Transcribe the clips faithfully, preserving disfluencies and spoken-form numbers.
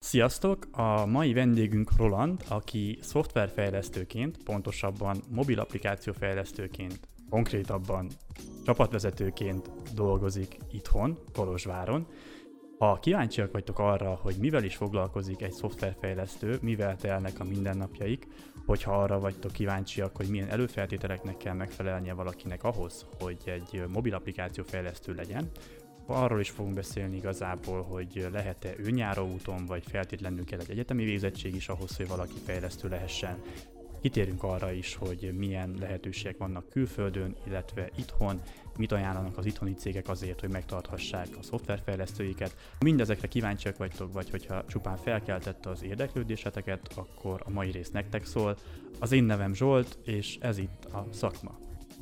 Sziasztok! A mai vendégünk Roland, aki szoftverfejlesztőként, pontosabban mobil applikációfejlesztőként, konkrétabban csapatvezetőként dolgozik itthon, Kolozsváron. Ha kíváncsiak vagytok arra, hogy mivel is foglalkozik egy szoftverfejlesztő, mivel telnek a mindennapjaik, hogyha arra vagytok kíváncsiak, hogy milyen előfeltételeknek kell megfelelnie valakinek ahhoz, hogy egy mobil applikációfejlesztő legyen, arról is fogunk beszélni igazából, hogy lehet-e önjáró úton, vagy feltétlenül kell egy egyetemi végzettség is ahhoz, hogy valaki fejlesztő lehessen. Kitérünk arra is, hogy milyen lehetőségek vannak külföldön, illetve itthon, mit ajánlanak az itthoni cégek azért, hogy megtarthassák a szoftverfejlesztőiket. Ha mindezekre kíváncsiak vagytok, vagy hogyha csupán felkeltette az érdeklődéseteket, akkor a mai rész nektek szól. Az én nevem Zsolt, és ez itt a szakma.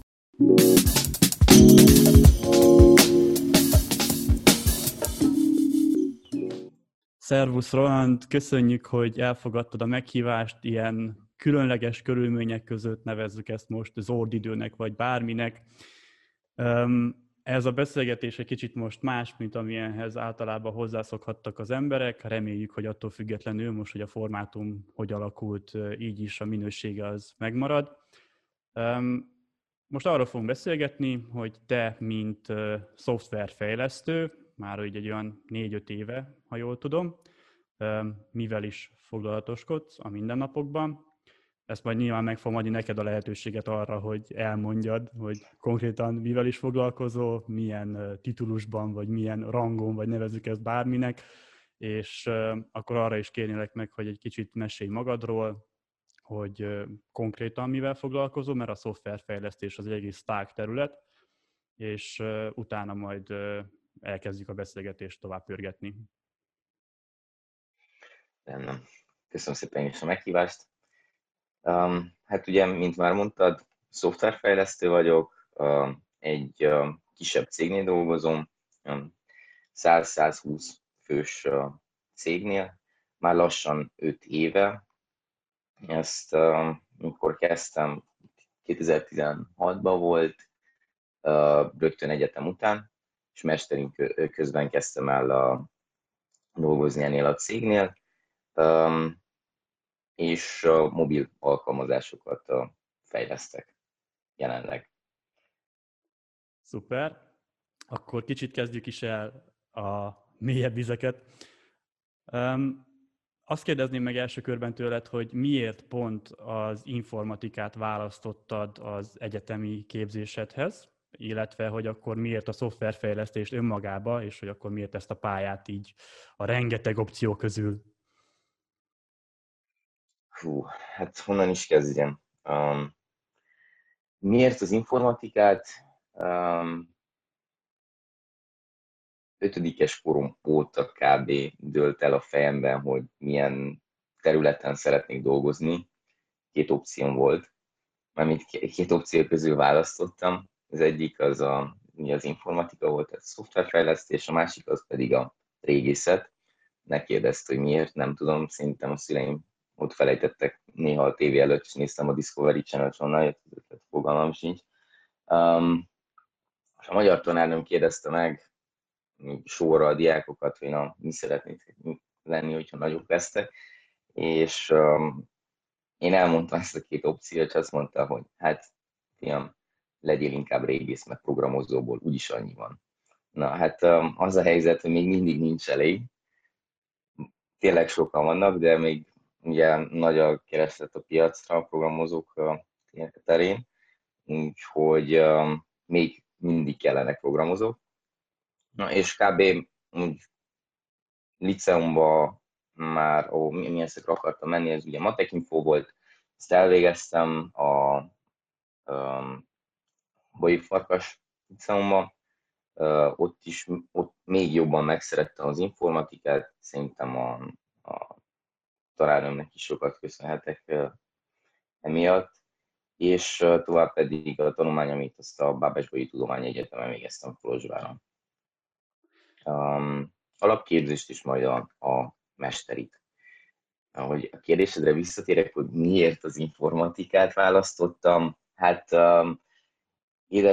Szervusz Roland, köszönjük, hogy elfogadtad a meghívást, ilyen különleges körülmények között, nevezzük ezt most zordidőnek vagy bárminek. Ez a beszélgetés egy kicsit most más, mint amilyenhez általában hozzászokhattak az emberek. Reméljük, hogy attól függetlenül most, hogy a formátum hogy alakult, így is a minősége az megmarad. Most arról fogunk beszélgetni, hogy te, mint szoftverfejlesztő, már így egy olyan négy-öt éve, ha jól tudom, mivel is foglalatoskodsz a mindennapokban. Ezt majd nyilván meg fogom adni neked a lehetőséget arra, hogy elmondjad, hogy konkrétan mivel is foglalkozol, milyen titulusban, vagy milyen rangon, vagy nevezzük ezt bárminek, és akkor arra is kérnélek meg, hogy egy kicsit mesélj magadról, hogy konkrétan mivel foglalkozol, mert a szoftverfejlesztés az egy egész tág terület, és utána majd elkezdjük a beszélgetést tovább pörgetni. Nem. Köszönöm szépen is a meghívást. Um, hát ugye, mint már mondtad, szoftverfejlesztő vagyok, uh, egy uh, kisebb cégnél dolgozom, um, száz-százhúsz fős uh, cégnél, már lassan öt éve. Ezt uh, mikor kezdtem, kétezer-tizenhatban volt, uh, rögtön egyetem után, és mesteri közben kezdtem el uh, dolgozni ennél a cégnél. Um, és a mobil alkalmazásokat fejlesztek jelenleg. Szuper. Akkor kicsit kezdjük is el a mélyebb vizeket. Um, azt kérdezném meg első körben tőled, hogy miért pont az informatikát választottad az egyetemi képzésedhez, illetve hogy akkor miért a szoftverfejlesztést önmagába, és hogy akkor miért ezt a pályát így a rengeteg opció közül. Hú, hát honnan is kezdjem? Um, miért az informatikát? Um, ötödikes korom óta kb. Dőlt el a fejemben, hogy milyen területen szeretnék dolgozni. Két opcióm volt, mármint két opció közül választottam. Az egyik az a, az informatika volt, a szoftverfejlesztés, a másik az pedig a régészet. Ne kérdezte, hogy miért, nem tudom, szerintem a szüleim ott felejtettek néha a tévé előtt, és néztem a Discovery Channel-t, honnan jött, fogalmam sincs. Um, és a magyar tanárnőm kérdezte meg sorra a diákokat, hogy na, mi szeretnék lenni, hogyha nagyok lesztek, és um, én elmondtam ezt a két opciót, és azt mondta, hogy hát, fiam, legyél inkább régész, meg programozóból, úgyis annyi van. Na, hát um, az a helyzet, hogy még mindig nincs elég. Tényleg sokan vannak, de még ugye nagy a kereslet a piacra a programozók terén, úgyhogy um, még mindig kellenek programozók. Na, és kb. Úgy liceumban már, ó, milyen szakra akartam menni, ez ugye Matek-info volt, ezt elvégeztem a um, Bolyai Farkas liceumban, uh, ott is ott még jobban megszerettem az informatikát, szerintem a, a tanárnőmnek is sokat köszönhetek uh, emiatt, és uh, tovább pedig a tanulmányomit azt a Bábes-Bolyai Tudományegyetemen végeztem Kolozsváron. Um, alapképzést is majd a, a mesterit. Ahogy a kérdésedre visszatérek, hogy miért az informatikát választottam, hát um,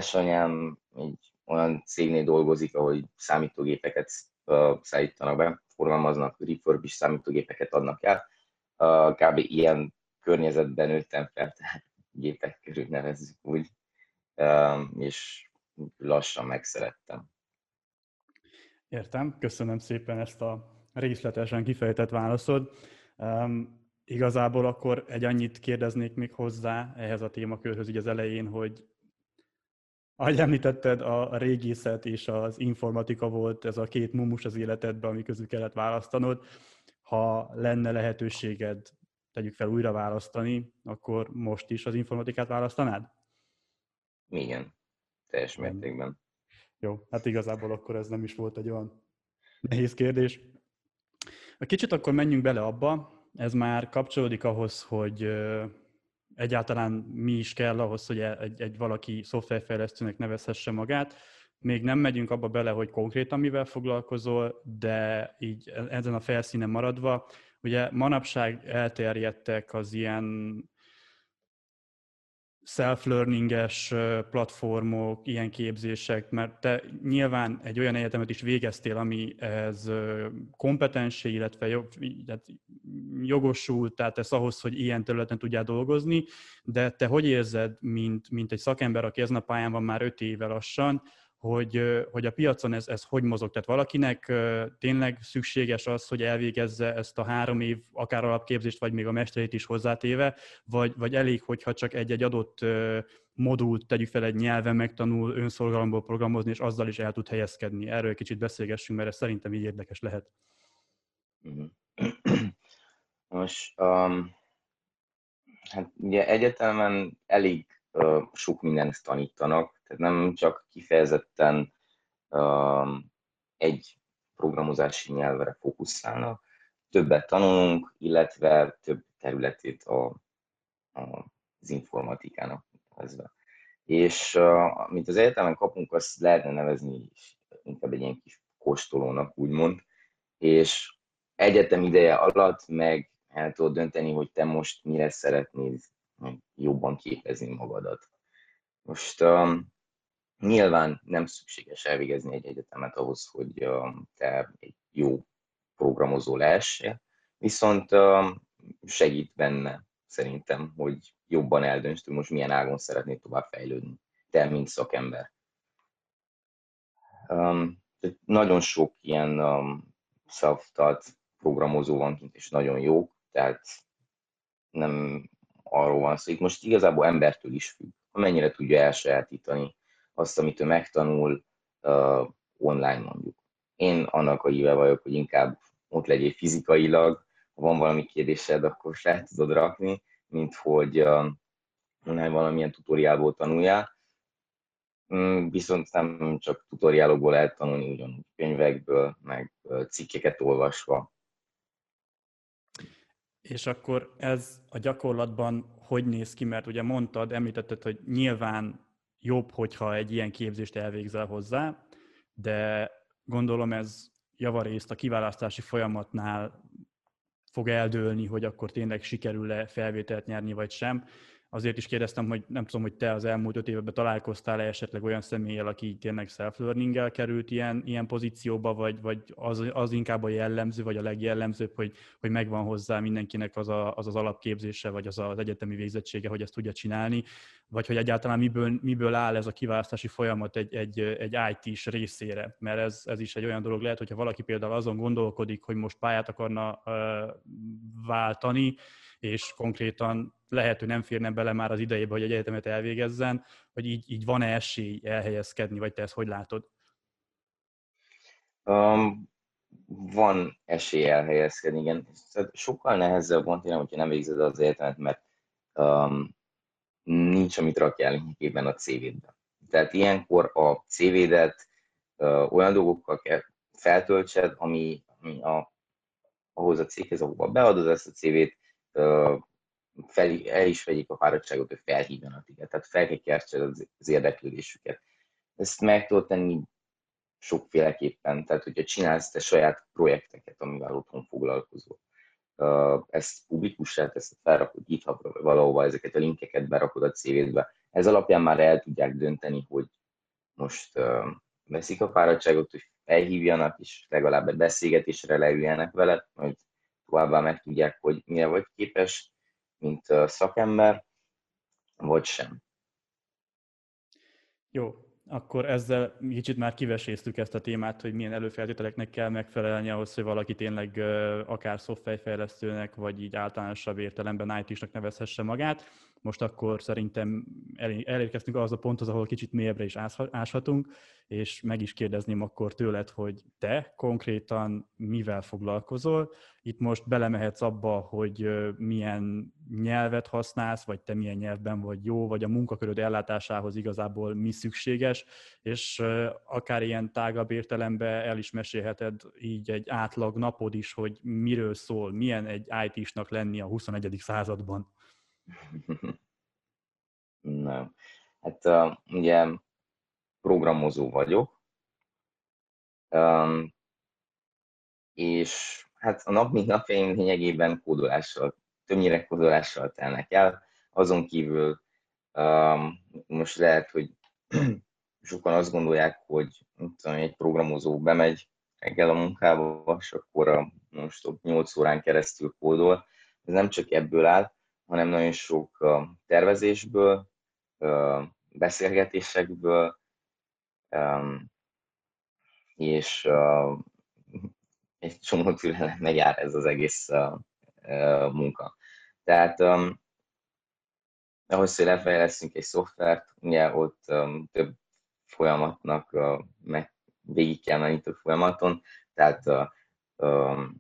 édesanyám egy olyan cégnél dolgozik, ahogy számítógépeket uh, szállítanak be, forgalmaznak, refurbish számítógépeket adnak el. Uh, kb. Ilyen környezetben nőttem fel, tehát gépek körül nevezzük úgy, um, és lassan megszerettem. Értem, köszönöm szépen ezt a részletesen kifejtett válaszod. Um, igazából akkor egy annyit kérdeznék még hozzá ehhez a témakörhöz így az elején, hogy ahogy említetted, a régészet és az informatika volt ez a két mumus az életedben, ami közül kellett választanod. Ha lenne lehetőséged, tegyük fel, újra választani, akkor most is az informatikát választanád? Igen, teljes mértékben. Jó, hát igazából akkor ez nem is volt egy olyan nehéz kérdés. Kicsit akkor menjünk bele abba, ez már kapcsolódik ahhoz, hogy egyáltalán mi is kell ahhoz, hogy egy, egy valaki szoftverfejlesztőnek nevezhesse magát. Még nem megyünk abba bele, hogy konkrétan mivel foglalkozol, de így ezen a felszínen maradva, ugye manapság elterjedtek az ilyen self-learninges platformok, ilyen képzések, mert te nyilván egy olyan egyetemet is végeztél, ami ez kompetensé, illetve jogosult, tehát ez ahhoz, hogy ilyen területen tudjál dolgozni, de te hogy érzed, mint, mint egy szakember, aki ezen a pályán van már öt éve lassan, hogy, hogy a piacon ez, ez hogy mozog? Tehát valakinek tényleg szükséges az, hogy elvégezze ezt a három év akár alapképzést, vagy még a mesterét is hozzátéve, vagy, vagy elég, hogyha csak egy-egy adott modult, tegyük fel egy nyelven megtanul önszorgalomból programozni, és azzal is el tud helyezkedni. Erről kicsit beszélgessünk, mert ez szerintem így érdekes lehet. Most, um, hát ugye egyetemen elég uh, sok mindent tanítanak, tehát nem csak kifejezetten um, egy programozási nyelvre fókuszálnak, többet tanulunk, illetve több területét a, a, az informatikának nevezve. És uh, amit az egyetemen kapunk, azt lehetne nevezni inkább egy ilyen kis kóstolónak, úgymond, és egyetem ideje alatt meg el tudod dönteni, hogy te most mire szeretnéd jobban képezni magadat. Most um, nyilván nem szükséges elvégezni egy egyetemet ahhoz, hogy um, te egy jó programozó lehessél, viszont um, segít benne szerintem, hogy jobban eldöntsd, hogy most milyen ágon szeretnéd tovább fejlődni, te, mint szakember. Um, nagyon sok ilyen um, self-taught programozó van kint, és nagyon jók, tehát nem arról van szó. Itt most igazából embertől is függ, amennyire tudja elsajátítani azt, amit ő megtanul uh, online mondjuk. Én annak a híve vagyok, hogy inkább ott legyél fizikailag, ha van valami kérdésed, akkor fel tudod rakni, mint hogy uh, online valamilyen tutoriálból tanuljál. Viszont nem csak tutoriálokból lehet tanulni, ugyanúgy könyvekből, meg cikkeket olvasva. És akkor ez a gyakorlatban hogy néz ki? Mert ugye mondtad, említetted, hogy nyilván jobb, hogyha egy ilyen képzést elvégzel hozzá, de gondolom ez javarészt a kiválasztási folyamatnál fog eldőlni, hogy akkor tényleg sikerül-e felvételt nyerni, vagy sem. Azért is kérdeztem, hogy nem tudom, hogy te az elmúlt öt évben találkoztál-e esetleg olyan személlyel, aki tényleg self-learninggel került ilyen, ilyen pozícióba, vagy, vagy az, az inkább a jellemző, vagy a legjellemzőbb, hogy, hogy megvan hozzá mindenkinek az, a, az az alapképzése, vagy az az egyetemi végzettsége, hogy ezt tudja csinálni, vagy hogy egyáltalán miből, miből áll ez a kiválasztási folyamat egy, egy, egy í té-s részére. Mert ez, ez is egy olyan dolog lehet, hogyha valaki például azon gondolkodik, hogy most pályát akarna uh, váltani, és konkrétan lehet, hogy nem férne bele már az idejébe, hogy egy egyetemet elvégezzen, hogy így, így van-e esély elhelyezkedni, vagy te ezt hogy látod? Um, van esély elhelyezkedni, igen. Sokkal nehezebb van tényleg, hogyha nem végzed az egyetemet, mert um, nincs, amit rakjál lényegében a cé védbe. Tehát ilyenkor a cé védet uh, olyan dolgokkal kell feltöltsed, ami, ami a, ahhoz a céghez, ahova beadod ezt a cé vét, uh, fel, el is vegyék a fáradtságot, hogy felhívjanak téged. Tehát fel kell keltsed az, az érdeklődésüket. Ezt meg tudod tenni sokféleképpen. Tehát, hogyha csinálsz te saját projekteket, amivel otthon foglalkozol, ezt publikussá teszed, felrakod GitHubra, vagy valahova ezeket a linkeket berakod a cé védbe. Ez alapján már el tudják dönteni, hogy most uh, veszik a fáradtságot, hogy felhívjanak, és legalább egy beszélgetésre leüljenek veled, hogy továbbá megtudják, hogy mire vagy képes, mint szakember, vagy sem. Jó, akkor ezzel kicsit már kiveséztük ezt a témát, hogy milyen előfeltételeknek kell megfelelni ahhoz, hogy valaki tényleg akár szoftverfejlesztőnek, vagy így általánosabb értelemben í té-snak nevezhesse magát. Most akkor szerintem elérkeztünk ahhoz a ponthoz, ahol kicsit mélyebbre is áshatunk, és meg is kérdezném akkor tőled, hogy te konkrétan mivel foglalkozol. Itt most belemehetsz abba, hogy milyen nyelvet használsz, vagy te milyen nyelvben vagy jó, vagy a munkaköröd ellátásához igazából mi szükséges, és akár ilyen tágabb értelemben el is mesélheted így egy átlag napod is, hogy miről szól, milyen egy í té-snak lenni a huszonegyedik században. Na, hát uh, ugye programozó vagyok, um, és hát a nap mint napjaim lényegében kódolással, többnyire kódolással telnek el. Azon kívül um, most lehet, hogy sokan azt gondolják, hogy tudom, egy programozó bemegy reggel a munkába, és akkor a, most nyolc órán keresztül kódol. Ez nem csak ebből áll, hanem nagyon sok uh, tervezésből, uh, beszélgetésekből, um, és uh, egy csomó türelemmel jár ez az egész uh, uh, munka. Tehát um, ahhoz, hogy lefejlesztünk egy szoftvert, ugye ott um, több folyamatnak uh, meg végig kell menni több folyamaton, tehát uh, um,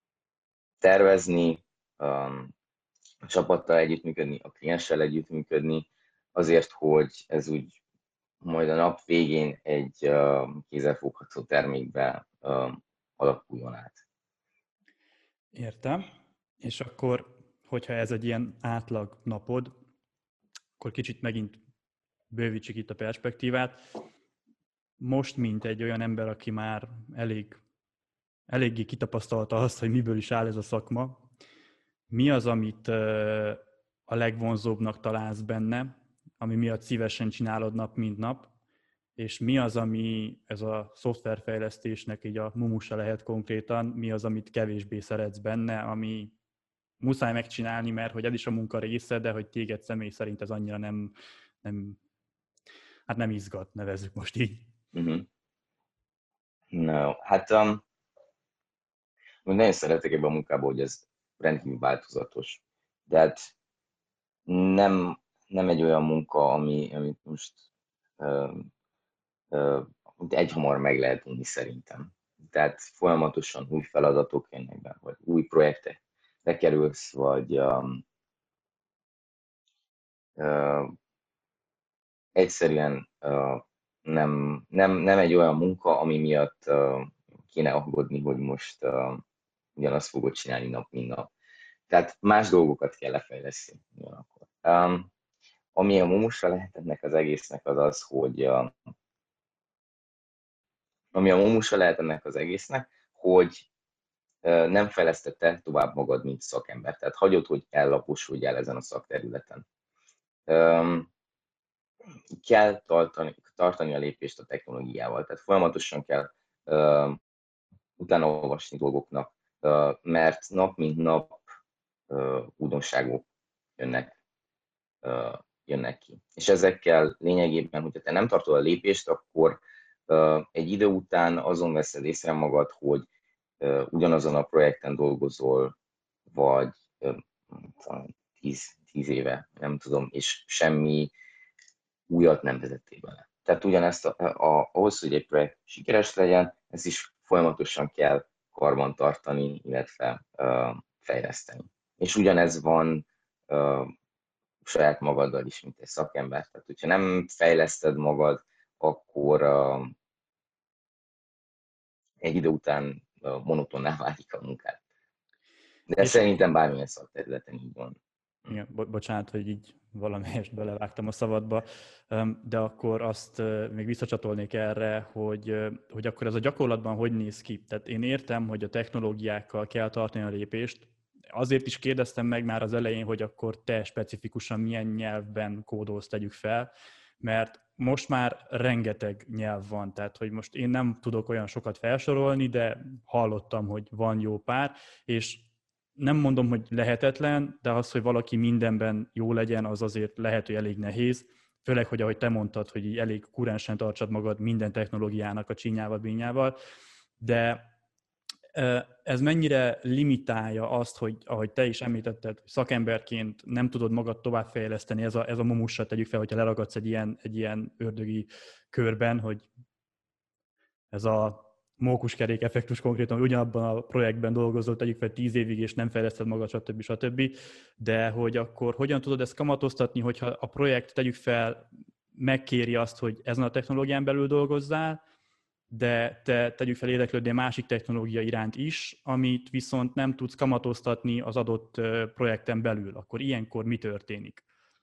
tervezni, um, a csapattal együttműködni, a klienssel együttműködni, azért, hogy ez úgy majd a nap végén egy uh, kézzelfogható termékbe uh, alakuljon át. Értem. És akkor, hogyha ez egy ilyen átlag napod, akkor kicsit megint bővítsük itt a perspektívát. Most, mint egy olyan ember, aki már elég, eléggé kitapasztalta azt, hogy miből is áll ez a szakma, mi az, amit a legvonzóbbnak találsz benne, ami miatt szívesen csinálod nap, mint nap, és mi az, ami ez a szoftverfejlesztésnek így a mumusa lehet konkrétan, mi az, amit kevésbé szeretsz benne, ami muszáj megcsinálni, mert hogy ez is a munka része, de hogy téged személy szerint ez annyira nem, nem hát nem izgat, nevezzük most így. Uh-huh. No, hát um, nagyon szeretek ebben a munkában, hogy ez rendkívül változatos. De hát nem, nem egy olyan munka, ami, amit most uh, uh, egyhamar meg lehet unni szerintem. Tehát folyamatosan új feladatok jönnek be, vagy új projektekre kerülsz, vagy um, uh, egyszerűen uh, nem, nem, nem egy olyan munka, ami miatt uh, kéne aggódni, hogy most uh, ugyanazt fogod csinálni nap, mint nap. Tehát más dolgokat kell lefejleszteni ugyanakkor. Um, ami a mumusa lehet ennek az egésznek az az, hogy uh, ami a mumusa lehet ennek az egésznek, hogy uh, nem fejlesztette tovább magad, mint szakember. Tehát hagyod, hogy ellaposulj el ezen a szakterületen. Um, kell tartani, tartani a lépést a technológiával. Tehát folyamatosan kell uh, utána olvasni dolgoknak, uh, mert nap mint nap uh, újdonságok jönnek, uh, jönnek ki. És ezekkel lényegében, hogyha te nem tartod a lépést, akkor uh, egy idő után azon veszed észre magad, hogy uh, ugyanazon a projekten dolgozol, vagy uh, tíz, tíz éve, nem tudom, és semmi újat nem vezettél bele. Tehát ugyanezt a, a, ahhoz, hogy egy projekt sikeres legyen, ezt is folyamatosan kell karban tartani, illetve uh, fejleszteni. És ugyanez van uh, saját magaddal is, mint egy szakember. Tehát, hogyha nem fejleszted magad, akkor uh, egy idő után uh, monotonná válik a munkád. De És szerintem bármilyen szakterületen így van. igen, bo- bocsánat, hogy így valamelyest belevágtam a szabadba, de akkor azt még visszacsatolnék erre, hogy, hogy akkor ez a gyakorlatban hogy néz ki. Tehát én értem, hogy a technológiákkal kell tartani a lépést. Azért is kérdeztem meg már az elején, hogy akkor te specifikusan milyen nyelvben kódolsz, tegyük fel, mert most már rengeteg nyelv van, tehát hogy most én nem tudok olyan sokat felsorolni, de hallottam, hogy van jó pár, és nem mondom, hogy lehetetlen, de az, hogy valaki mindenben jó legyen, az azért lehet, hogy elég nehéz. Főleg, hogy ahogy te mondtad, hogy így elég kurensen tartsad magad minden technológiának a csinyával, bínyával, de ez mennyire limitálja azt, hogy ahogy te is említetted, szakemberként nem tudod magad továbbfejleszteni, ez a, ez a momussal tegyük fel, hogyha leragadsz egy ilyen, egy ilyen ördögi körben, hogy ez a mókuskerék effektus konkrétan, hogy ugyanabban a projektben dolgozol, tegyük fel tíz évig, és nem fejleszted magad, stb. stb. De hogy akkor hogyan tudod ezt kamatoztatni, hogyha a projekt, tegyük fel, megkéri azt, hogy ezen a technológián belül dolgozzál, de te tegyük fel érdeklődni a másik technológia iránt is, amit viszont nem tudsz kamatoztatni az adott projekten belül. Akkor ilyenkor mi történik?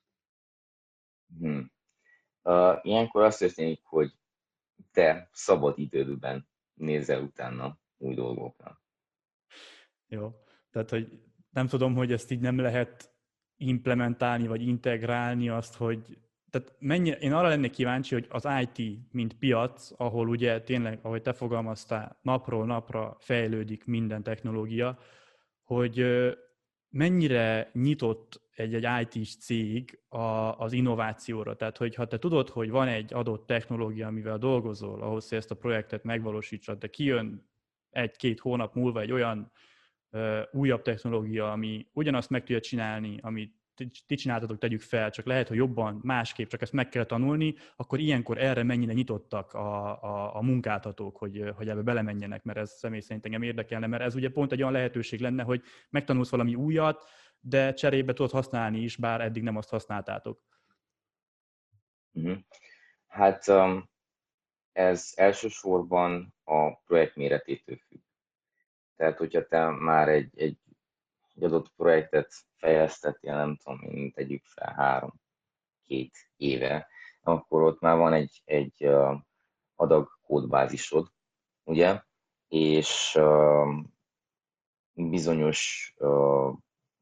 Hmm. Uh, ilyenkor azt történik, hogy te szabad idődben nézel utána új dolgoknak. Jó. Tehát, hogy nem tudom, hogy ezt így nem lehet implementálni, vagy integrálni azt, hogy tehát mennyi, én arra lennék kíváncsi, hogy az i té, mint piac, ahol ugye tényleg, ahogy te fogalmaztál, napról napra fejlődik minden technológia, hogy mennyire nyitott egy-egy i té-s cég a, az innovációra. Tehát, hogy ha te tudod, hogy van egy adott technológia, amivel dolgozol, ahhoz, hogy ezt a projektet megvalósítsad, de kijön egy-két hónap múlva egy olyan uh, újabb technológia, ami ugyanazt meg tudja csinálni, amit ti csináltatok, tegyük fel, csak lehet, hogy jobban, másképp, csak ezt meg kell tanulni, akkor ilyenkor erre mennyire nyitottak a, a, a munkáltatók, hogy, hogy ebbe belemenjenek, mert ez személy szerint engem érdekelne, mert ez ugye pont egy olyan lehetőség lenne, hogy megtanulsz valami újat, de cserébe tudod használni is, bár eddig nem azt használtátok. Uh-huh. Hát um, ez elsősorban a projekt méretétől függ. Tehát, hogyha te már egy, egy, egy adott projektet fejlesztettél, nem tudom, mint tegyük fel három, két éve, akkor ott már van egy, egy uh, adag kódbázisod, ugye? És uh, bizonyos, uh,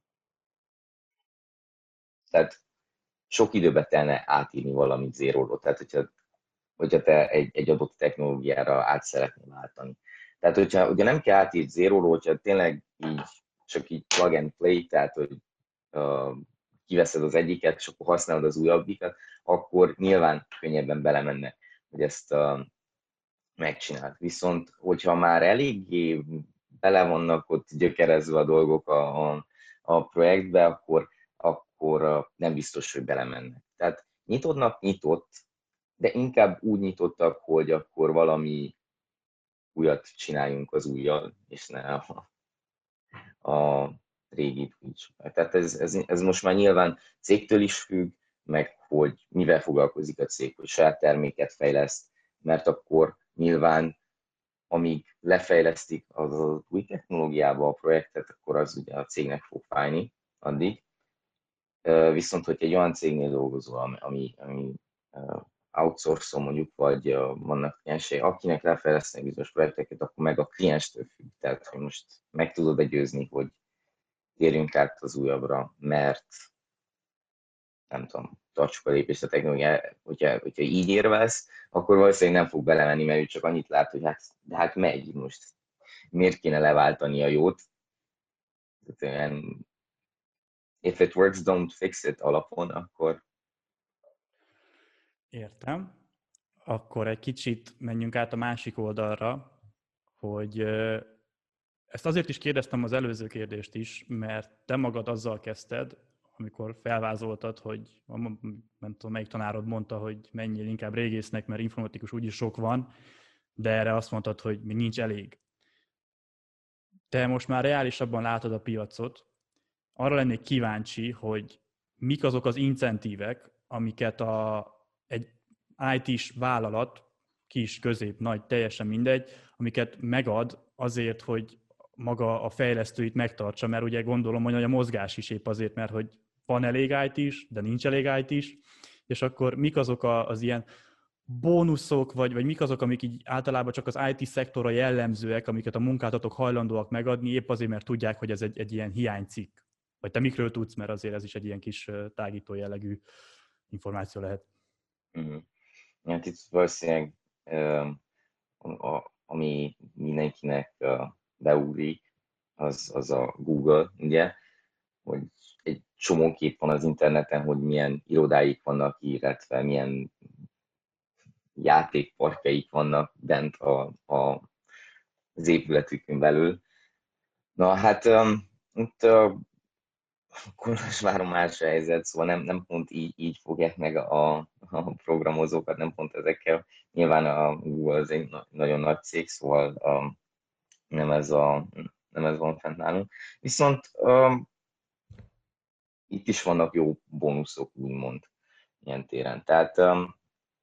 tehát sok időbe telne átírni valamit zéróról. Tehát, hogyha, hogyha te egy, egy adott technológiára át szeretnél váltani. Tehát, hogyha ugye nem kell átírni zéróról, hogyha tényleg így csak így plug and play, tehát, hogy uh, kiveszed az egyiket, és akkor használod az újabbikat, akkor nyilván könnyebben belemenne, hogy ezt uh, megcsináld. Viszont, hogyha már eléggé bele vannak ott gyökerezve a dolgok a, a, a projektbe, akkor, akkor uh, nem biztos, hogy belemennek. Tehát nyitottnak nyitott, de inkább úgy nyitottak, hogy akkor valami újat csináljunk az újjal, és ne a, a régit is. Tehát ez, ez, ez most már nyilván cégtől is függ, meg hogy mivel foglalkozik a cég, hogy saját terméket fejleszt, mert akkor nyilván amíg lefejlesztik az, az új technológiába a projektet, akkor az ugye a cégnek fog fájni addig. Viszont, hogy egy olyan cégnél dolgozol, ami, ami, ami outsource mondjuk, vagy vannak kliensei, akinek lefejlesztenek bizonyos projekteket, akkor meg a klienstől függ. Tehát, hogy most meg tudod begyőzni, hogy térjünk át az újabbra, mert nem tudom, tartsuk a lépést a technológiát, hogyha, hogyha így érvelsz, akkor valószínűleg nem fog belemenni, mert ő csak annyit lát, hogy hát, de hát megy most. Miért kéne leváltani a jót? Tehát olyan, if it works, don't fix it alapon, akkor... Értem. Akkor egy kicsit menjünk át a másik oldalra, hogy ezt azért is kérdeztem az előző kérdést is, mert te magad azzal kezdted, amikor felvázoltad, hogy nem tudom, melyik tanárod mondta, hogy menjél inkább régésznek, mert informatikus úgyis sok van, de erre azt mondtad, hogy még nincs elég. Te most már reálisabban látod a piacot, arra lennék kíváncsi, hogy mik azok az incentívek, amiket a, egy i té-s vállalat, kis, közép, nagy, teljesen mindegy, amiket megad azért, hogy maga a fejlesztőit megtartsa, mert ugye gondolom, hogy a mozgás is épp azért, mert hogy van elég i té-s, de nincs elég i té-s, és akkor mik azok az ilyen bónuszok, vagy, vagy mik azok, amik így általában csak az i té szektorra jellemzőek, amiket a munkáltatók hajlandóak megadni, épp azért, mert tudják, hogy ez egy, egy ilyen hiánycikk. Vagy te mikről tudsz, mert azért ez is egy ilyen kis tágító jellegű információ lehet. Uh-huh. Hát itt valószínűleg a, ami mindenkinek beugrik, az, az a Google, ugye, hogy egy csomó kép van az interneten, hogy milyen irodáik vannak, illetve milyen játékparkjaik vannak bent a, a, az épületükön belül. Na hát um, itt a Kolozsváron más a helyzet, szóval nem, nem pont így, így fogják meg a, a programozókat, nem pont ezekkel. Nyilván a Google az egy na- nagyon nagy cég, szóval um, nem, ez a, nem ez van fent nálunk. Viszont um, itt is vannak jó bónuszok, úgymond, ilyen téren. Tehát um,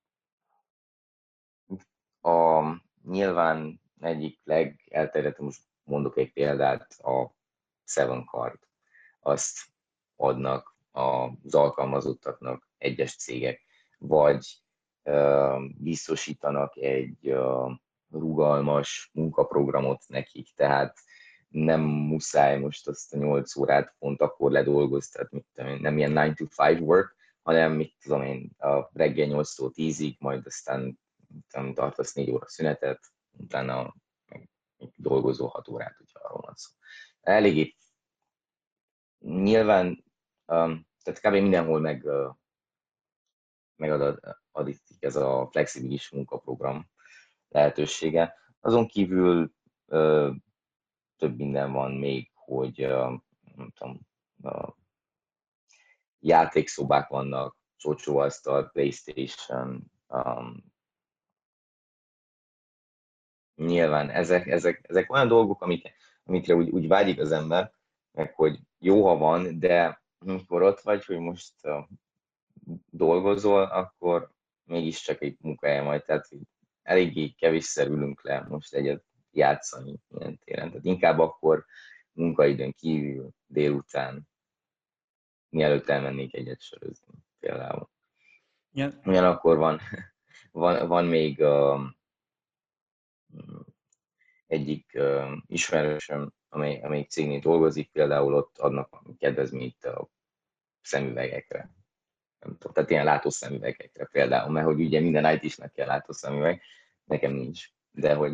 a, nyilván egyik legelterjedtebb, most mondok egy példát, a Seven Card. Azt adnak az alkalmazottaknak egyes cégek, vagy uh, biztosítanak egy uh, rugalmas munkaprogramot nekik, tehát nem muszáj most azt a nyolc órát pont akkor ledolgozni, tehát mit tudom én, nem ilyen nine to five work, hanem mit tudom én, a reggel nyolctól tízig, majd aztán tudom, tartasz négy óra szünetet, utána dolgozol hat órát, hogyha arról van szó. Eléggé nyilván, um, tehát kb. Mindenhol meg, uh, megadatik ez a flexibilis munkaprogram lehetősége. Azon kívül uh, több minden van még, hogy uh, nem tudom, uh, játékszobák vannak, csocsóasztal, PlayStation, um, nyilván ezek, ezek, ezek olyan dolgok, amik, amikre úgy, úgy vágyik az ember, meg hogy jó, ha van, de amikor ott vagy, hogy most uh, dolgozol, akkor mégiscsak egy munkahelye majd, tehát eléggé kevésszer ülünk le most egyet játszani ilyen téren. Tehát inkább akkor munkaidőn kívül délután, mielőtt elmennék egyet sörözni például. Igen. Ugyanakkor van, van, van még uh, egyik uh, ismerősöm, amely, amelyik cégnél dolgozik, például ott adnak kedvezményt a szemüvegekre. Nem tudom, tehát ilyen látószemüvegekre például, mert hogy ugye minden i té-snek kell látószemüveg, nekem nincs, de hogy...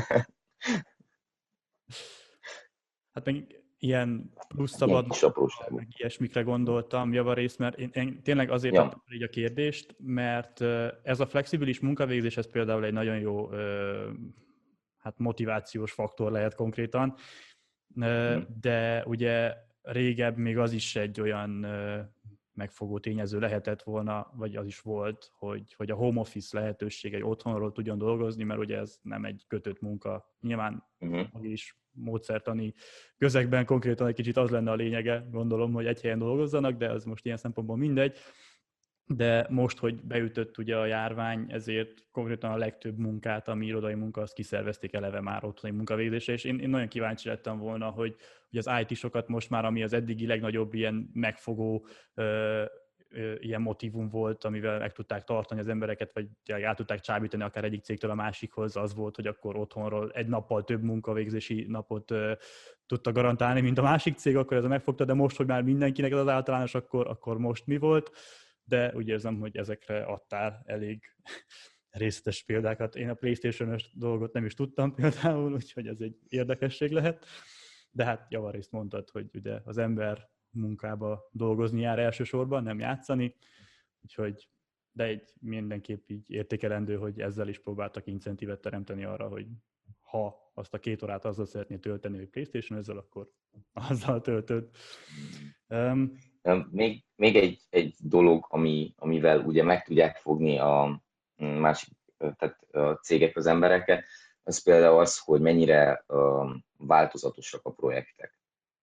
Hát meg ilyen plusz ilyen szabad kis napokra, apróságok. meg ilyesmikre gondoltam javarészt, mert én, én tényleg azért Ja. tettem fel így a kérdést, mert ez a flexibilis munkavégzés, ez például egy nagyon jó hát motivációs faktor lehet konkrétan, Mm. de ugye régebb még az is egy olyan megfogó tényező lehetett volna, vagy az is volt, hogy, hogy a home office lehetősége, hogy otthonról tudjon dolgozni, mert ugye ez nem egy kötött munka. Nyilván Uh-huh. is módszertani közegben konkrétan egy kicsit az lenne a lényege, gondolom, hogy egy helyen dolgozzanak, de az most ilyen szempontból mindegy. De most, hogy beütött ugye a járvány, ezért konkrétan a legtöbb munkát, ami irodai munka, azt kiszervezték eleve már otthoni munkavégzésre, és én, én nagyon kíváncsi lettem volna, hogy, hogy az i té-sokat most már, ami az eddigi legnagyobb ilyen megfogó ö, ö, ilyen motivum volt, amivel meg tudták tartani az embereket, vagy át tudták csábítani akár egyik cégtől a másikhoz, az volt, hogy akkor otthonról egy nappal több munkavégzési napot ö, tudta garantálni, mint a másik cég, akkor ez a megfogta, de most, hogy már mindenkinek ez az általános, akkor, akkor most mi volt? De úgy érzem, hogy ezekre adtál elég részletes példákat. Én a PlayStation-ös dolgot nem is tudtam például, úgyhogy ez egy érdekesség lehet. De hát javarészt mondtad, hogy ugye az ember munkába dolgozni jár elsősorban, nem játszani, úgyhogy de egy mindenképp így értékelendő, hogy ezzel is próbáltak incentívet teremteni arra, hogy ha azt a két órát azzal szeretnél tölteni, hogy PlayStation ezzel, akkor azzal töltöd. Um, Még, még egy, egy dolog, ami, amivel ugye meg tudják fogni a másik tehát a cégek az embereket, az például az, hogy mennyire um, változatosak a projektek.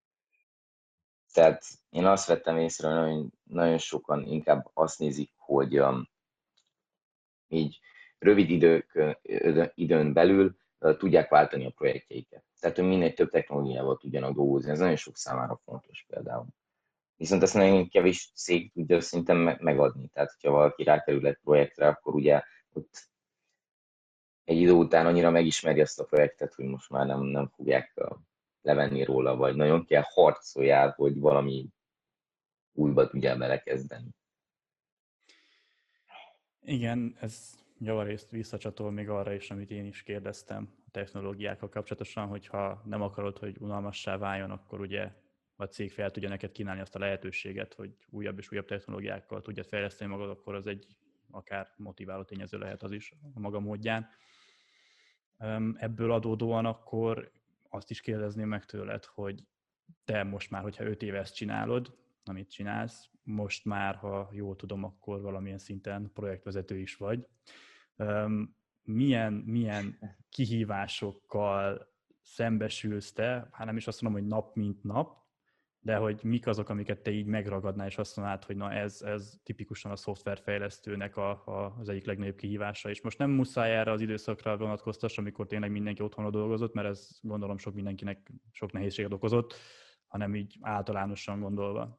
Tehát én azt vettem észre, hogy nagyon, nagyon sokan inkább azt nézik, hogy um, így rövid idők, időn belül uh, tudják váltani a projektjeiket. Tehát, hogy minél több technológiával tudjanak dolgozni, ez nagyon sok számára fontos például. Viszont ezt nagyon kevés cég tudja szinte megadni. Tehát, hogyha valaki rákerül egy projektre, akkor ugye ott egy idő után annyira megismeri ezt a projektet, hogy most már nem, nem fogják levenni róla, vagy nagyon kell harcoljál, hogy valami újba tudjál belekezdeni. Igen, ez javarészt visszacsatol még arra is, amit én is kérdeztem a technológiákkal kapcsolatosan, hogyha nem akarod, hogy unalmassá váljon, akkor ugye a cég fel tudja neked kínálni azt a lehetőséget, hogy újabb és újabb technológiákkal tudjad fejleszteni magad, akkor az egy akár motiváló tényező lehet az is a maga módján. Ebből adódóan akkor azt is kérdezném meg tőled, hogy te most már, hogyha öt éve ezt csinálod, amit csinálsz, most már, ha jól tudom, akkor valamilyen szinten projektvezető is vagy. Milyen, milyen kihívásokkal szembesülsz te, hát nem is azt mondom, hogy nap mint nap, de hogy mik azok, amiket te így megragadnál, és azt mondanád, hogy na ez, ez tipikusan a szoftverfejlesztőnek a, a, az egyik legnagyobb kihívása. És most nem muszáj erre az időszakra vonatkoztass, amikor tényleg mindenki otthonra dolgozott, mert ez gondolom sok mindenkinek sok nehézséget okozott, hanem így általánosan gondolva.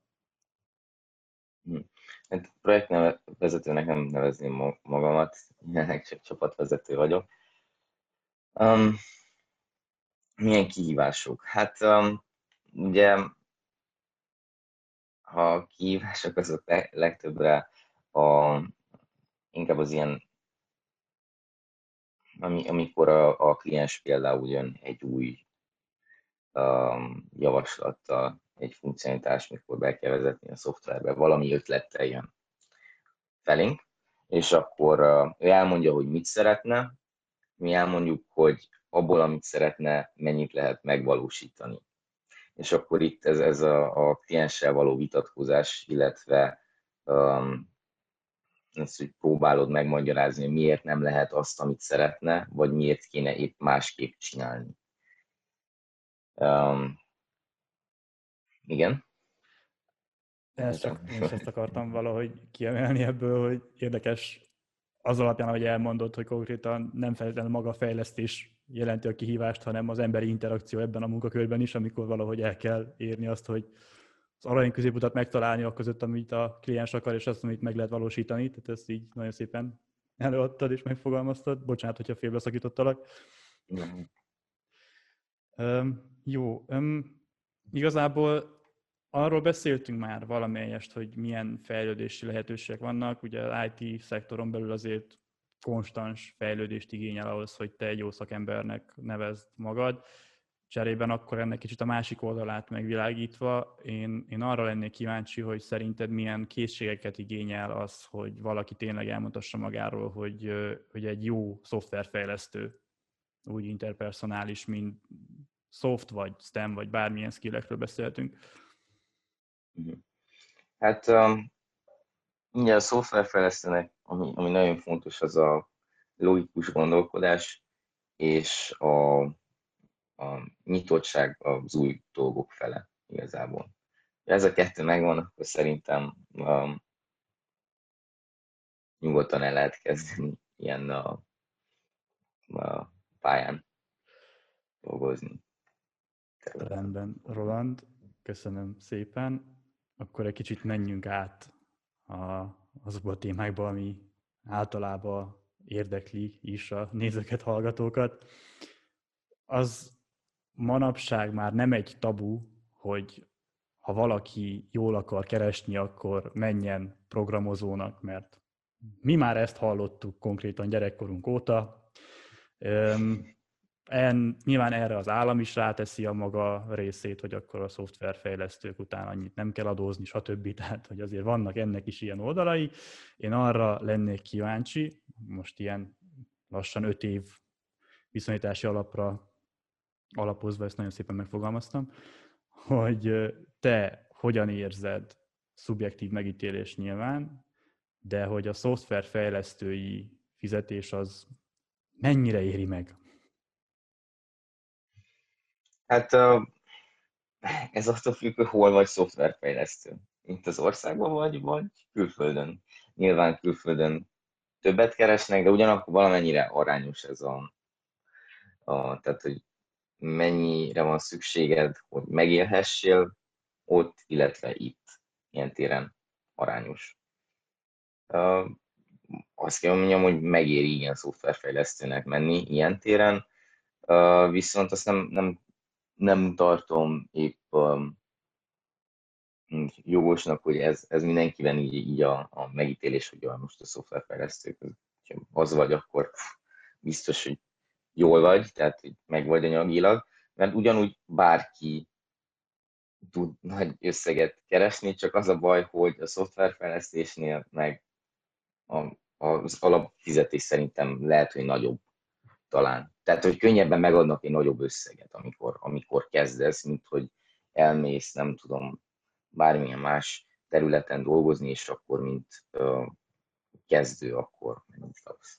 Hát projektvezetőnek nem nevezném magamat, jelenleg csak csapatvezető vagyok. Um, milyen kihívások? Hát um, ugye a kihívások azok legtöbbre a, inkább az ilyen, ami, amikor a, a kliens például jön egy új um, javaslattal, egy funkcionalitás, mikor be kell vezetni a szoftverbe, valami ötlettel jön felénk, és akkor uh, ő elmondja, hogy mit szeretne, mi elmondjuk, hogy abból, amit szeretne, mennyit lehet megvalósítani. És akkor itt ez, ez a, a klienssel való vitatkozás, illetve um, ezt, hogy próbálod megmagyarázni, hogy miért nem lehet azt, amit szeretne, vagy miért kéne épp másképp csinálni. Um, igen. Ezt csak, én is ezt akartam valahogy kiemelni ebből, hogy érdekes az alapján, ahogy elmondod, hogy konkrétan nem feltétlenül maga a fejlesztés jelenti a kihívást, hanem az emberi interakció ebben a munkakörben is, amikor valahogy el kell érni azt, hogy az arany középutat megtalálni a között, amit a kliens akar, és azt, amit meg lehet valósítani. Tehát ezt így nagyon szépen előadtad és megfogalmaztad. Bocsánat, hogyha félbeszakítottalak. Mm. Um, jó. Um, igazából arról beszéltünk már valamelyest, hogy milyen fejlődési lehetőségek vannak. Ugye az i té szektoron belül azért konstans fejlődést igényel ahhoz, hogy te egy jó szakembernek nevezd magad. Cserében akkor ennek kicsit a másik oldalát megvilágítva, én, én arra lennék kíváncsi, hogy szerinted milyen készségeket igényel az, hogy valaki tényleg elmondassa magáról, hogy, hogy egy jó szoftverfejlesztő, úgy interpersonális, mint soft, vagy STEM, vagy bármilyen skillekről beszéltünk. Hát um, ugye a szoftverfejlesztőnek, ami, ami nagyon fontos, az a logikus gondolkodás és a, a nyitottság az új dolgok fele igazából. Ha ez a kettő megvan, akkor szerintem um, nyugodtan el lehet kezdeni ilyen a, a pályán dolgozni. Területen. Rendben, Roland, köszönöm szépen. Akkor egy kicsit menjünk át a, azokba a témákba, ami általában érdekli is a nézőket, hallgatókat. Az manapság már nem egy tabu, hogy ha valaki jól akar keresni, akkor menjen programozónak, mert mi már ezt hallottuk konkrétan gyerekkorunk óta. En, nyilván erre az állam is ráteszi a maga részét, hogy akkor a szoftverfejlesztők után annyit nem kell adózni, stb. Tehát, hogy azért vannak ennek is ilyen oldalai. Én arra lennék kíváncsi, most ilyen lassan öt év viszonyítási alapra alapozva, ezt nagyon szépen megfogalmaztam, hogy te hogyan érzed, szubjektív megítélés nyilván, de hogy a szoftverfejlesztői fizetés az mennyire éri meg? Hát ez attól függ, hogy hol vagy szoftverfejlesztő. Itt az országban vagy, vagy külföldön. Nyilván külföldön többet keresnek, de ugyanakkor valamennyire arányos ez a, a tehát, hogy mennyire van szükséged, hogy megélhessél ott, illetve itt. Ilyen téren arányos. Uh, azt kell mondjam, hogy megéri ilyen szoftverfejlesztőnek menni ilyen téren, uh, viszont azt nem, nem, nem tartom épp um, jogosnak, hogy ez, ez mindenkiben így, így a, a megítélés, hogy most a szoftverfejlesztők ha az vagy, akkor biztos, hogy jól vagy, tehát hogy meg vagy anyagilag, mert ugyanúgy bárki tud nagy összeget keresni, csak az a baj, hogy a szoftverfejlesztésnél meg a, az alapfizetés szerintem lehet, hogy nagyobb talán. Tehát, hogy könnyebben megadnak egy nagyobb összeget, amikor, amikor kezdesz, mint hogy elmész, nem tudom, bármilyen más területen dolgozni, és akkor, mint uh, kezdő, akkor mennyit kapsz.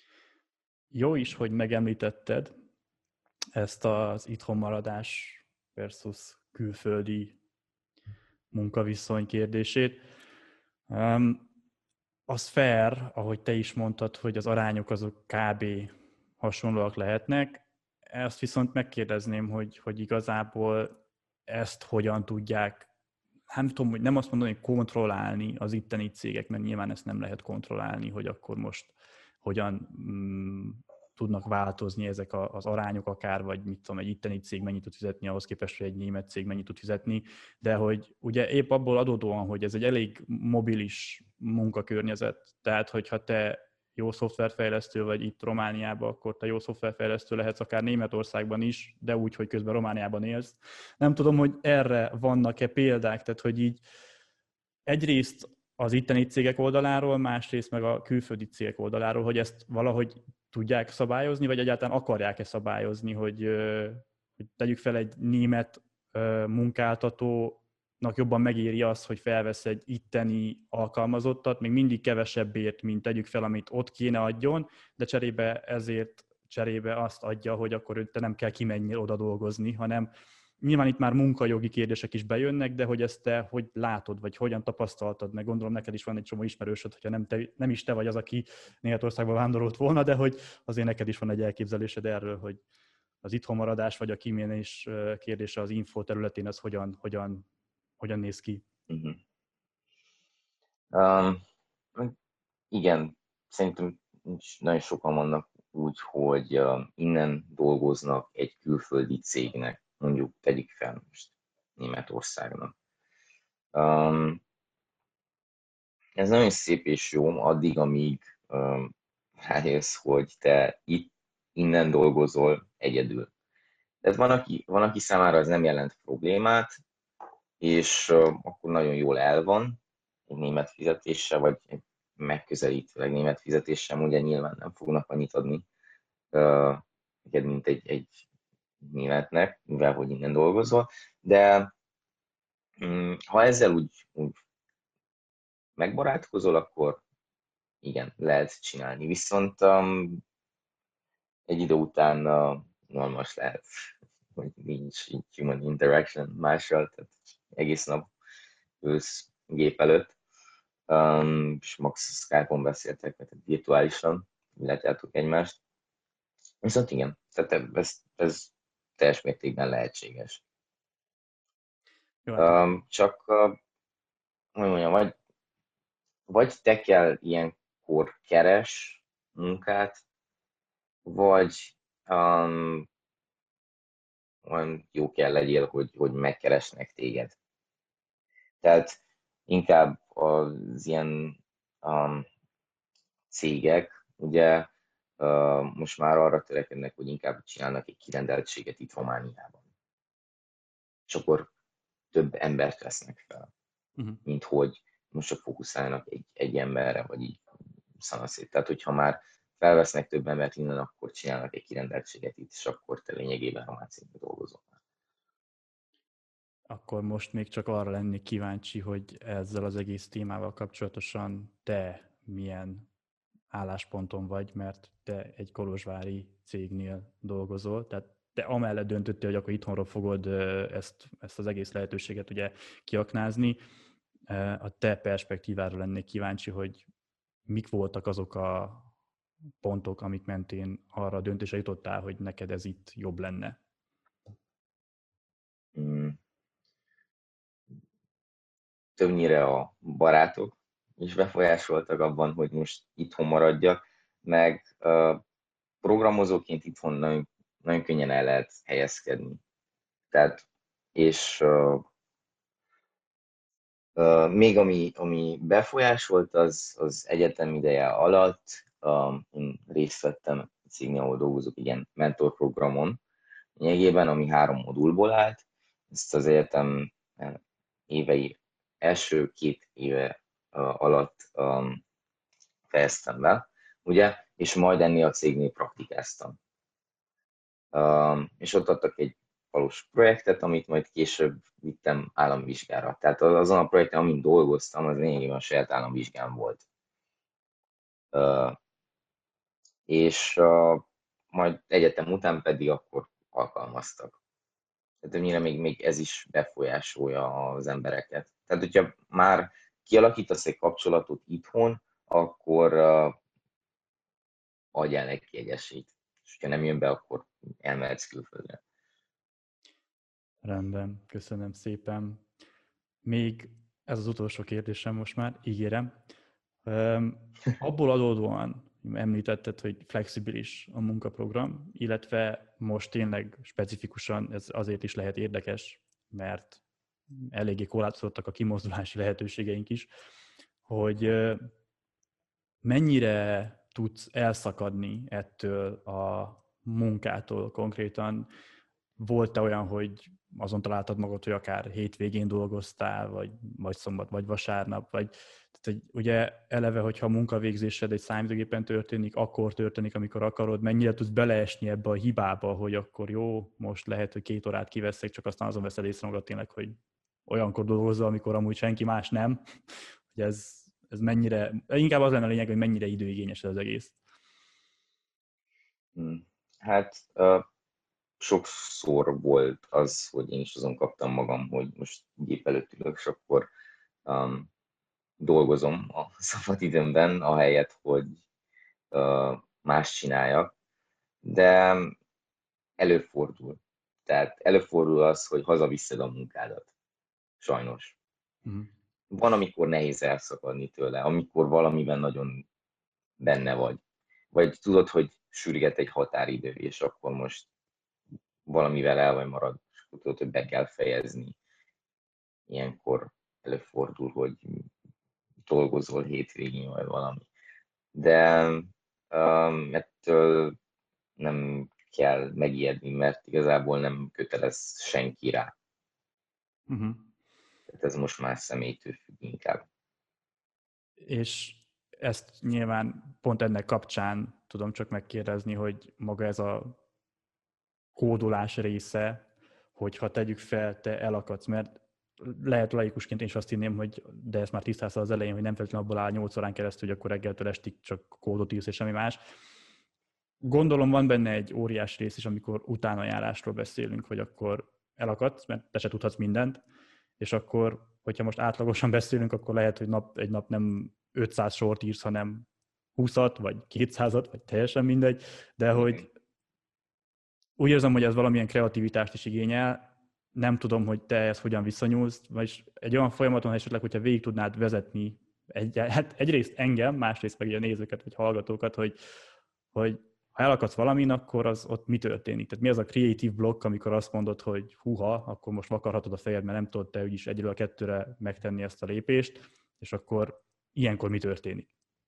Jó is, hogy megemlítetted ezt az itthon maradás versus külföldi munkaviszony kérdését. Um, az fair, ahogy te is mondtad, hogy az arányok azok kb. Hasonlóak lehetnek. Ezt viszont megkérdezném, hogy, hogy igazából ezt hogyan tudják, nem tudom, hogy nem azt mondom, hogy kontrollálni az itteni cégek, mert nyilván ezt nem lehet kontrollálni, hogy akkor most hogyan mm, tudnak változni ezek az arányok akár, vagy mit tudom, egy itteni cég mennyit tud fizetni ahhoz képest, hogy egy német cég mennyit tud fizetni, de hogy ugye épp abból adódóan, hogy ez egy elég mobilis munkakörnyezet, tehát hogyha te jó szoftverfejlesztő vagy itt Romániában, akkor te jó szoftverfejlesztő lehetsz akár Németországban is, de úgy, hogy közben Romániában élsz. Nem tudom, hogy erre vannak-e példák, tehát hogy így egyrészt az itteni cégek oldaláról, másrészt meg a külföldi cégek oldaláról, hogy ezt valahogy tudják szabályozni, vagy egyáltalán akarják-e szabályozni, hogy, hogy tegyük fel egy német munkáltatónak jobban megéri az, hogy felvesz egy itteni alkalmazottat, még mindig kevesebbért, mint tegyük fel, amit ott kéne adjon, de cserébe ezért cserébe azt adja, hogy akkor te nem kell kimenjél oda dolgozni, hanem nyilván itt már munkajogi kérdések is bejönnek, de hogy ezt te hogy látod, vagy hogyan tapasztaltad, meg gondolom neked is van egy csomó ismerősöd, hogyha nem, te, nem is te vagy az, aki Németországba vándorolt volna, de hogy azért neked is van egy elképzelésed erről, hogy az itthonmaradás vagy a kimenés kérdése az info területén az hogyan, hogyan, hogyan néz ki? Uh-huh. Um, igen, szerintem nagyon sokan vannak úgy, hogy uh, innen dolgoznak egy külföldi cégnek, mondjuk tegyük fel most Németországnak. Um, ez nagyon szép és jó, addig, amíg um, rájössz, hogy te itt innen dolgozol egyedül. Tehát van aki, van, aki számára ez nem jelent problémát, és uh, akkor nagyon jól el van egy német fizetéssel, vagy egy megközelítőleg német fizetéssel, ugye nyilván nem fognak annyit adni uh, neked, mint egy, egy németnek, mivel hogy innen dolgozol, de um, ha ezzel úgy, úgy megbarátkozol, akkor igen, lehet csinálni. Viszont um, egy idő után uh, normális lehet, hogy nincs human interaction mással, tehát egész nap ülsz gép előtt, um, és max Skype-on beszéltek, tehát virtuálisan látjátok egymást. Viszont igen, tehát ez, ez teljes mértékben lehetséges. Jó, hát Um, csak, uh, hogy mondjam, vagy, vagy te kell ilyenkor keres munkát, vagy um, olyan jó kell legyél, hogy, hogy megkeresnek téged. Tehát inkább az ilyen um, cégek, ugye uh, most már arra törekednek, hogy inkább csinálnak egy kirendeltséget itt Romániában. És akkor több embert vesznek fel, uh-huh. mint hogy most csak fókuszálnak egy, egy emberre, vagy így szanaszét. Tehát, hogyha már felvesznek több embert innen, akkor csinálnak egy kirendeltséget itt, és akkor te lényegében román cégben dolgozol. Akkor most még csak arra lennék kíváncsi, hogy ezzel az egész témával kapcsolatosan te milyen állásponton vagy, mert te egy kolozsvári cégnél dolgozol, tehát te amellett döntöttél, hogy akkor itthonról fogod ezt, ezt az egész lehetőséget ugye kiaknázni. A te perspektívára lennék kíváncsi, hogy mik voltak azok a pontok, amik mentén arra a döntésre jutottál, hogy neked ez itt jobb lenne. Hmm. Többnyire a barátok is befolyásoltak abban, hogy most itthon maradjak, meg uh, programozóként itthon nagyon, nagyon könnyen el lehet helyezkedni. Tehát, és uh, uh, még ami, ami befolyásolt, az, az egyetem ideje alatt um, én részt vettem a cégnél, ahol dolgozok, igen, mentorprogramon, lényegében, ami három modulból állt. Ezt az egyetem évei első két éve uh, alatt um, fejeztem be, ugye, és majd ennél a cégnél praktikáztam. Um, és ott adtak egy valós projektet, amit majd később vittem államvizsgára. Tehát azon a projekten, amin dolgoztam, az lényegében a saját államvizsgám volt. Uh, és uh, majd egyetem után pedig akkor alkalmaztak. Tehát többnyire még, még ez is befolyásolja az embereket. Tehát, hogyha már kialakítasz egy kapcsolatot itthon, akkor uh, adjál neki egy esélyt. És ha nem jön be, akkor elmehetsz külföldre. Rendben, köszönöm szépen. Még ez az utolsó kérdésem most már, ígérem. Um, abból adódóan említetted, hogy flexibilis a munkaprogram, illetve most tényleg specifikusan ez azért is lehet érdekes, mert eléggé korlátozottak a kimozdulási lehetőségeink is, hogy mennyire tudsz elszakadni ettől a munkától konkrétan. Volt-e olyan, hogy azon találtad magad, hogy akár hétvégén dolgoztál, vagy, vagy szombat, vagy vasárnap, vagy tehát, hogy ugye eleve, hogyha a munkavégzésed egy számítógépen történik, akkor történik, amikor akarod, mennyire tudsz beleesni ebbe a hibába, hogy akkor jó, most lehet, hogy két órát kiveszek, csak aztán azon veszed észre magad tényleg, hogy olyankor dolgozol, amikor amúgy senki más nem. Hogy ez, ez mennyire, inkább az lenne a lényeg, hogy mennyire időigényes ez az egész. Hát uh, sokszor volt az, hogy én is azon kaptam magam, hogy most gép előtt ülök, és akkor um, dolgozom a szabadidőmben, ahelyett, hogy uh, más csináljak. De előfordul. Tehát előfordul az, hogy hazaviszed a munkádat. Sajnos. Uh-huh. Van, amikor nehéz elszakadni tőle, amikor valamiben nagyon benne vagy. Vagy tudod, hogy sürget egy határidő, és akkor most valamivel el vagy marad, és tudod, hogy be kell fejezni. Ilyenkor előfordul, hogy dolgozol hétvégén, vagy valami. De um, ettől nem kell megijedni, mert igazából nem kötelez senki rá. Uh-huh. Tehát ez most már személytől függ inkább. És ezt nyilván pont ennek kapcsán tudom csak megkérdezni, hogy maga ez a kódolás része, hogyha tegyük fel, te elakadsz, mert lehet laikusként én is azt hinném, hogy de ezt már tisztáztad az elején, hogy nem feltétlenül abból áll nyolc órán keresztül, hogy akkor reggeltől estig csak kódot írsz és semmi más. Gondolom van benne egy óriás rész is, amikor utánajárásról beszélünk, hogy akkor elakadsz, mert te se tudhatsz mindent, és akkor, hogyha most átlagosan beszélünk, akkor lehet, hogy nap, egy nap nem ötszáz sort írsz, hanem húszat, vagy kétszázat, vagy teljesen mindegy, de hogy úgy érzem, hogy ez valamilyen kreativitást is igényel, nem tudom, hogy te ezt hogyan viszonyulsz, vagy egy olyan folyamaton esetleg, hogyha végig tudnád vezetni egy, hát egyrészt engem, másrészt meg a nézőket, vagy hallgatókat, hogy, hogy ha elakadsz valamin, akkor az ott mi történik? Tehát mi az a creative block, amikor azt mondod, hogy húha, akkor most vakarhatod a fejed, mert nem tudod te úgyis egyről a kettőre megtenni ezt a lépést, és akkor ilyenkor mi történik?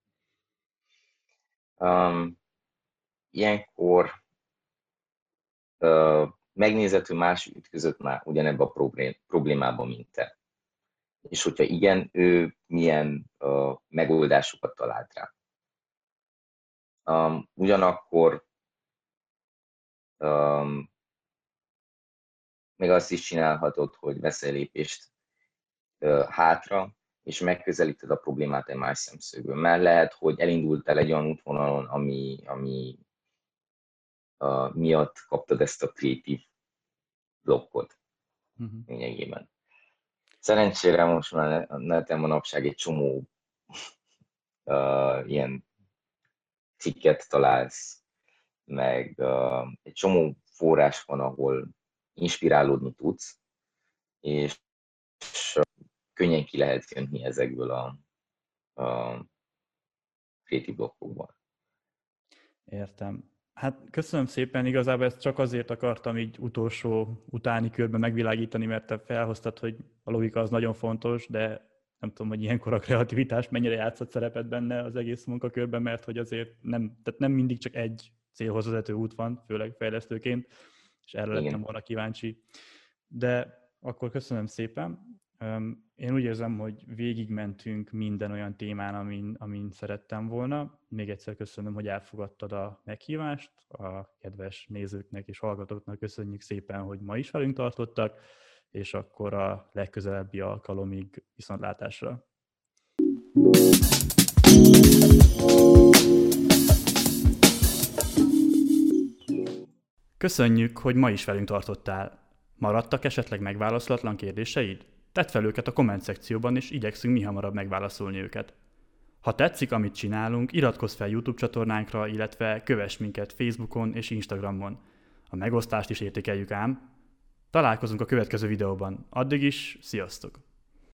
Um, ilyenkor uh, megnézed, hogy más ütközött már ugyanebben a problém, problémában, mint te. És hogyha igen, ő milyen uh, megoldásokat talált rá. Um, ugyanakkor um, még azt is csinálhatod, hogy veszel lépést uh, hátra, és megközelíted a problémát egy más szemszögből. Mert lehet, hogy elindultál egy olyan útvonalon, ami, ami uh, miatt kaptad ezt a kreatív blokkot uh-huh. lényegében. Szerencsére most már a neten manapság egy csomó uh, ilyen cikket találsz, meg uh, egy csomó forrás van, ahol inspirálódni tudsz, és, és könnyen ki lehet jönni ezekből a, a kreatív blokkokból. Értem. Hát köszönöm szépen, igazából ezt csak azért akartam így utolsó utáni körben megvilágítani, mert te felhoztad, hogy a logika az nagyon fontos, de nem tudom, hogy ilyenkor a kreativitás mennyire játszott szerepet benne az egész munkakörben, mert hogy azért nem, tehát nem mindig csak egy célhoz vezető út van, főleg fejlesztőként, és erre Igen. lettem volna kíváncsi. De akkor köszönöm szépen. Én úgy érzem, hogy végigmentünk minden olyan témán, amin, amin szerettem volna. Még egyszer köszönöm, hogy elfogadtad a meghívást. A kedves nézőknek és hallgatóknak köszönjük szépen, hogy ma is velünk tartottak, és akkor a legközelebbi alkalomig viszontlátásra. Köszönjük, hogy ma is velünk tartottál. Maradtak esetleg megválaszolatlan kérdéseid? Tedd fel őket a komment szekcióban, és igyekszünk mihamarabb megválaszolni őket. Ha tetszik, amit csinálunk, iratkozz fel YouTube csatornánkra, illetve kövess minket Facebookon és Instagramon. A megosztást is értékeljük ám. Találkozunk a következő videóban. Addig is, sziasztok!